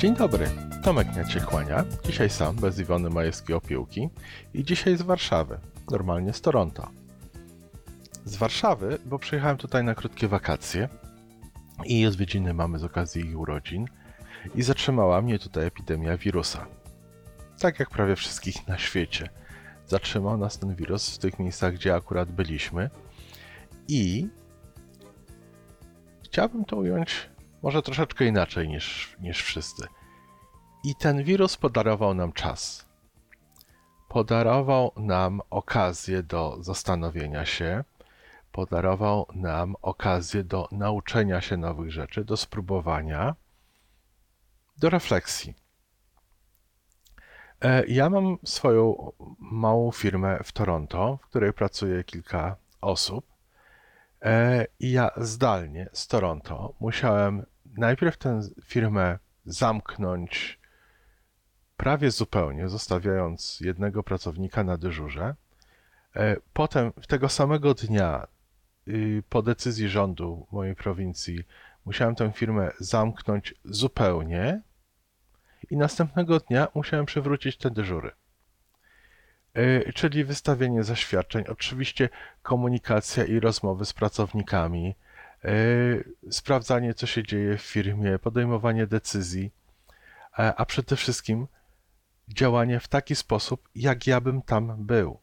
Dzień dobry, Tomek nie się kłania. Dzisiaj sam, bez Iwony Majewskiej-Opiełki i dzisiaj z Warszawy, normalnie z Toronto. Z Warszawy, bo przyjechałem tutaj na krótkie wakacje i odwiedziny mamy z okazji ich urodzin i zatrzymała mnie tutaj epidemia wirusa. Tak jak prawie wszystkich na świecie. Zatrzymał nas ten wirus w tych miejscach, gdzie akurat byliśmy i chciałbym to ująć może troszeczkę inaczej niż wszyscy. I ten wirus podarował nam czas. Podarował nam okazję do zastanowienia się, podarował nam okazję do nauczenia się nowych rzeczy, do spróbowania, do refleksji. Ja mam swoją małą firmę w Toronto, w której pracuje kilka osób. I ja zdalnie z Toronto musiałem najpierw tę firmę zamknąć prawie zupełnie, zostawiając jednego pracownika na dyżurze. Potem tego samego dnia, po decyzji rządu mojej prowincji, musiałem tę firmę zamknąć zupełnie i następnego dnia musiałem przywrócić te dyżury. Czyli wystawienie zaświadczeń, oczywiście komunikacja i rozmowy z pracownikami, sprawdzanie, co się dzieje w firmie, podejmowanie decyzji, a przede wszystkim działanie w taki sposób, jak ja bym tam był.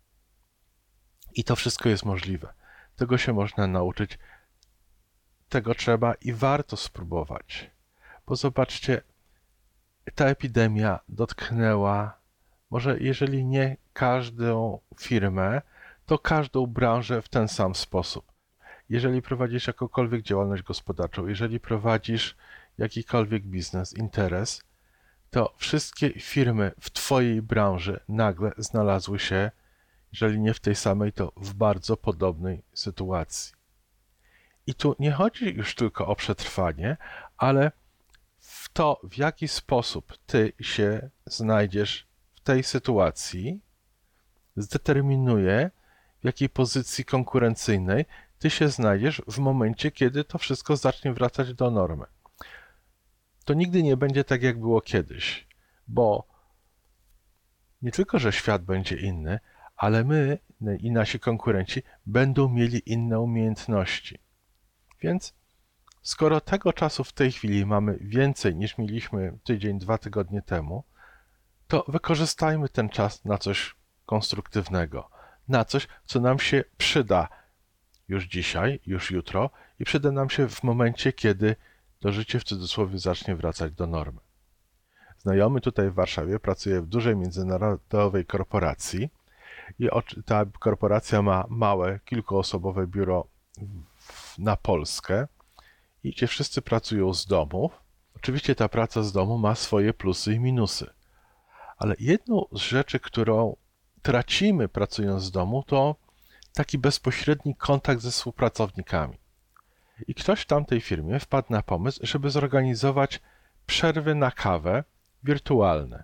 I to wszystko jest możliwe. Tego się można nauczyć, tego trzeba i warto spróbować. Bo zobaczcie, ta epidemia dotknęła, może jeżeli nie każdą firmę, to każdą branżę w ten sam sposób. Jeżeli prowadzisz jakąkolwiek działalność gospodarczą, jeżeli prowadzisz jakikolwiek biznes, interes, to wszystkie firmy w Twojej branży nagle znalazły się, jeżeli nie w tej samej, to w bardzo podobnej sytuacji. I tu nie chodzi już tylko o przetrwanie, ale w to, w jaki sposób Ty się znajdziesz w tej sytuacji, zdeterminuje, w jakiej pozycji konkurencyjnej Ty się znajdziesz w momencie, kiedy to wszystko zacznie wracać do normy. To nigdy nie będzie tak, jak było kiedyś, bo nie tylko, że świat będzie inny, ale my i nasi konkurenci będą mieli inne umiejętności. Więc skoro tego czasu w tej chwili mamy więcej niż mieliśmy tydzień, 2 tygodnie temu, to wykorzystajmy ten czas na coś konstruktywnego, na coś, co nam się przyda już dzisiaj, już jutro i przyda nam się w momencie, kiedy to życie w cudzysłowie zacznie wracać do normy. Znajomy tutaj w Warszawie pracuje w dużej międzynarodowej korporacji i ta korporacja ma małe, kilkuosobowe biuro na Polskę i gdzie wszyscy pracują z domów. Oczywiście ta praca z domu ma swoje plusy i minusy, ale jedną z rzeczy, którą tracimy pracując z domu, to taki bezpośredni kontakt ze współpracownikami. I ktoś w tamtej firmie wpadł na pomysł, żeby zorganizować przerwy na kawę wirtualne.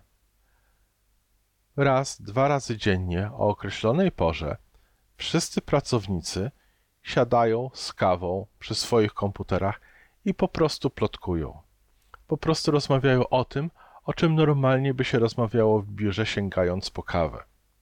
Raz, 2 razy dziennie o określonej porze wszyscy pracownicy siadają z kawą przy swoich komputerach i po prostu plotkują. Po prostu rozmawiają o tym, o czym normalnie by się rozmawiało w biurze, sięgając po kawę.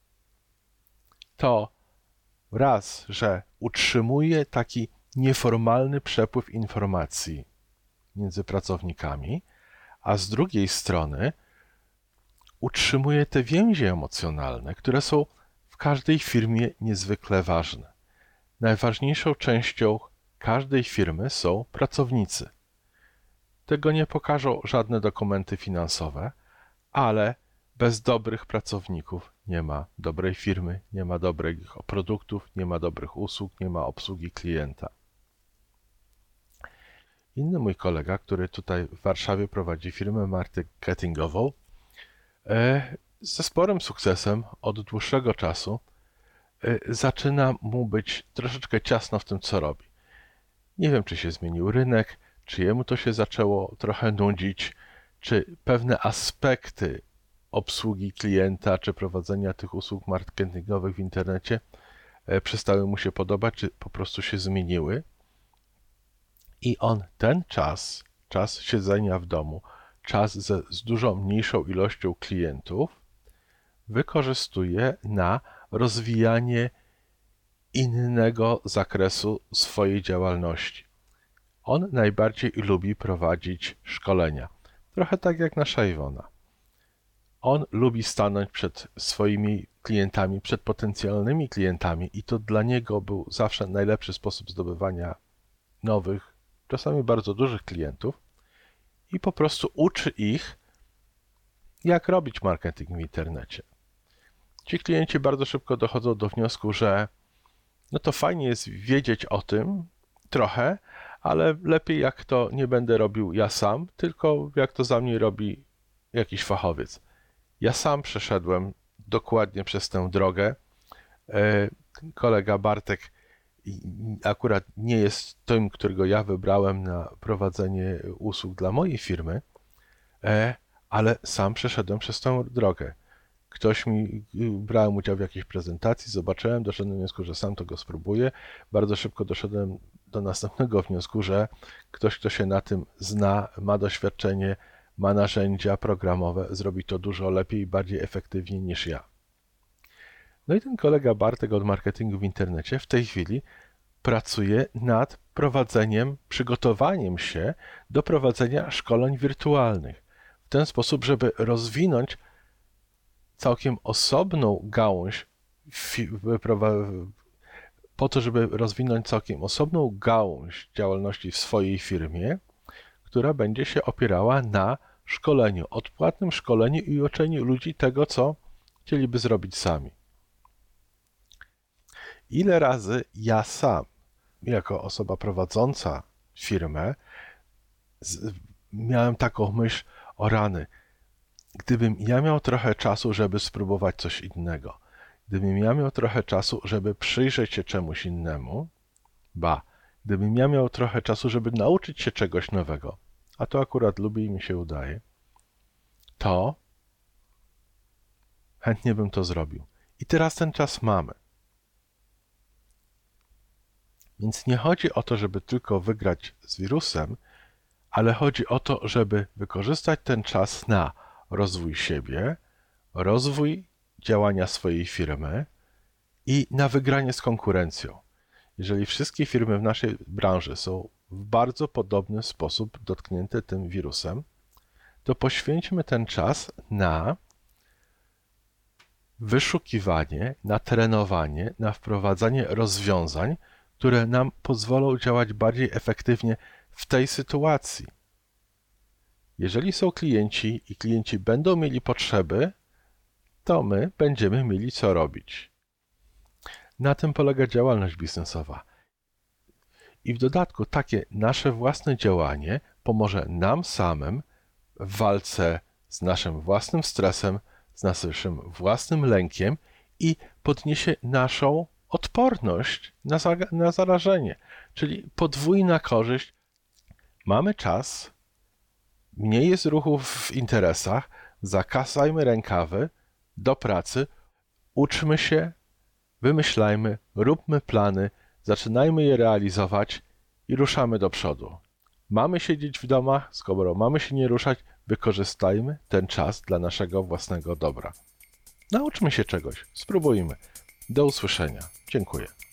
To raz, że utrzymuje taki nieformalny przepływ informacji między pracownikami, a z drugiej strony utrzymuje te więzi emocjonalne, które są w każdej firmie niezwykle ważne. Najważniejszą częścią każdej firmy są pracownicy. Tego nie pokażą żadne dokumenty finansowe, ale bez dobrych pracowników nie ma dobrej firmy, nie ma dobrych produktów, nie ma dobrych usług, nie ma obsługi klienta. Inny mój kolega, który tutaj w Warszawie prowadzi firmę marketingową, ze sporym sukcesem od dłuższego czasu zaczyna mu być troszeczkę ciasno w tym, co robi. Nie wiem, czy się zmienił rynek, czy jemu to się zaczęło trochę nudzić, czy pewne aspekty obsługi klienta, czy prowadzenia tych usług marketingowych w internecie przestały mu się podobać, czy po prostu się zmieniły. I on ten czas siedzenia w domu, czas z dużo mniejszą ilością klientów wykorzystuje na rozwijanie innego zakresu swojej działalności. On najbardziej lubi prowadzić szkolenia. Trochę tak jak nasza Iwona. On lubi stanąć przed swoimi klientami, przed potencjalnymi klientami i to dla niego był zawsze najlepszy sposób zdobywania nowych, czasami bardzo dużych klientów i po prostu uczy ich, jak robić marketing w internecie. Ci klienci bardzo szybko dochodzą do wniosku, że no to fajnie jest wiedzieć o tym trochę, ale lepiej jak to nie będę robił ja sam, tylko jak to za mnie robi jakiś fachowiec. Ja sam przeszedłem dokładnie przez tę drogę. Kolega Bartek akurat nie jest tym, którego ja wybrałem na prowadzenie usług dla mojej firmy, ale sam przeszedłem przez tę drogę. Brałem udział w jakiejś prezentacji, zobaczyłem, doszedłem do wniosku, że sam tego spróbuję. Bardzo szybko doszedłem do następnego wniosku, że ktoś, kto się na tym zna, ma doświadczenie, ma narzędzia programowe, zrobi to dużo lepiej i bardziej efektywnie niż ja. No i ten kolega Bartek od marketingu w internecie w tej chwili pracuje nad przygotowaniem się do prowadzenia szkoleń wirtualnych. W ten sposób, żeby rozwinąć całkiem osobną gałąź, po to, żeby rozwinąć całkiem osobną gałąź działalności w swojej firmie, która będzie się opierała na szkoleniu, odpłatnym szkoleniu i uczeniu ludzi tego, co chcieliby zrobić sami. Ile razy ja sam, jako osoba prowadząca firmę, miałem taką myśl, o rany, gdybym ja miał trochę czasu, żeby spróbować coś innego, gdybym ja miał trochę czasu, żeby przyjrzeć się czemuś innemu, gdybym ja miał trochę czasu, żeby nauczyć się czegoś nowego, a to akurat lubię i mi się udaje, to chętnie bym to zrobił. I teraz ten czas mamy. Więc nie chodzi o to, żeby tylko wygrać z wirusem, ale chodzi o to, żeby wykorzystać ten czas na rozwój siebie, rozwój działania swojej firmy i na wygranie z konkurencją. Jeżeli wszystkie firmy w naszej branży są w bardzo podobny sposób dotknięte tym wirusem, to poświęćmy ten czas na wyszukiwanie, na trenowanie, na wprowadzanie rozwiązań, które nam pozwolą działać bardziej efektywnie w tej sytuacji. Jeżeli są klienci i klienci będą mieli potrzeby, to my będziemy mieli co robić. Na tym polega działalność biznesowa. I w dodatku takie nasze własne działanie pomoże nam samym w walce z naszym własnym stresem, z naszym własnym lękiem i podniesie naszą odporność na zarażenie, czyli podwójna korzyść. Mamy czas, mniej jest ruchu w interesach, zakasajmy rękawy do pracy, uczmy się, wymyślajmy, róbmy plany, zaczynajmy je realizować i ruszamy do przodu. Mamy siedzieć w domach, skoro mamy się nie ruszać, wykorzystajmy ten czas dla naszego własnego dobra. Nauczmy się czegoś, spróbujmy. Do usłyszenia. Dziękuję.